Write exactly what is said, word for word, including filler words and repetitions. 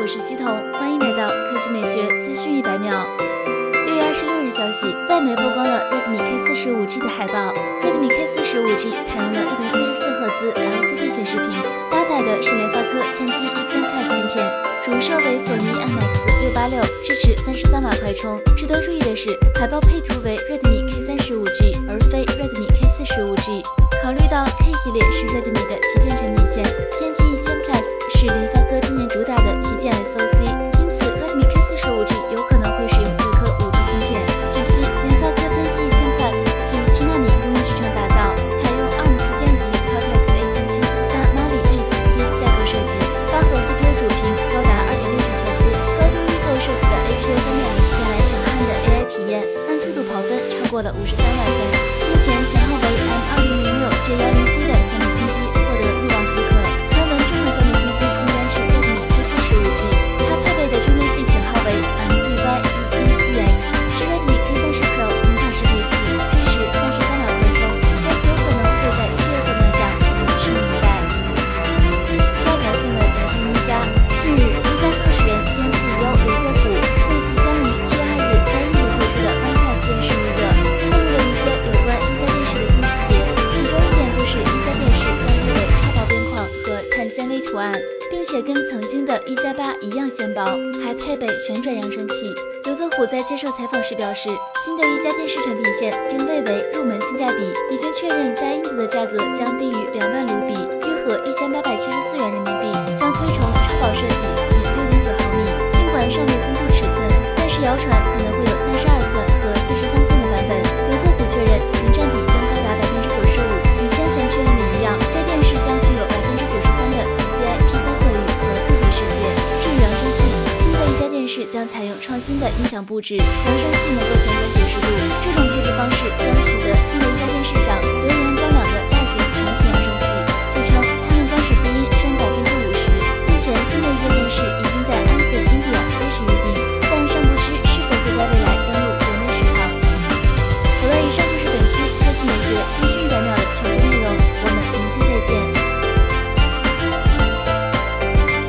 是西彤，欢迎来到科技美学资讯一百秒。六月二十六日消息，外媒曝光了 Redmi K 四十五 G 的海报。Redmi K 四十五 G 采用了一百四十四赫兹 L C D 显示屏，搭载的是联发科天玑一千 Plus 芯片，主摄为索尼 I M X 六八六，支持三十三瓦快充。值得注意的是，海报配图为 Redmi K 三十五 G， 而非 Redmi K 四十五 G。考虑到 K 系列是 Redmi 的旗舰产品线，天玑一千 Plus 是联发科今年主打的旗舰 S O C， 因此 Redmi K 四十五 G 有可能会使用对颗五 G 芯片。据悉，联发科天玑一千 Plus 基于七纳米工艺制成打造，采用 A R M 旗舰级 Cortex A 七七加 Mali G 七七架构设计，八核 C P U 主频高达 二点六十赫兹，高度异构设计的 A P U 三点零带来强悍的 A I 体验，按兔度跑分超过了五十三万分。目前型号为 M 二零零六 J 一零 C 的小米新机获得入网许可，传闻中的小米新机应该是 Redmi K 四十五 G， 它配备的充电器型号为 M D Y E E X， 是 Redmi K 三十 Pro 零卡适配器，支持三十三瓦快充，该机有可能会在七月份亮相，我们拭目以待。外条新闻来自一加，近日一加创始人兼 C E O 刘作虎为即将于七月二日在印度推出的 OnePlus 电视预热，透露了一些有关一加电视的新细节，其中一点就是一加电视将配备超薄边框和碳纤维图案，并且跟曾经的一加八一样纤薄，还配备旋转扬声器。刘作虎在接受采访时表示，新的一加电视产品线定位为入门性价比，已经确认在印度的价格将低于两万卢比，约合一千八百七十四元人民币，将推崇超薄设计及六点九毫米。尽管尚未公布尺寸，但是谣传可能会有三十二寸和四十三寸的版本。刘作虎确认屏占比将高达百分之九十五，与先前确认的一样，该电视将具有百分之九十三的 P C I P 三色域和杜比世界。至于扬声器，新的一加电视将采用创新的音响布置，扬声器能够旋转九十度，这种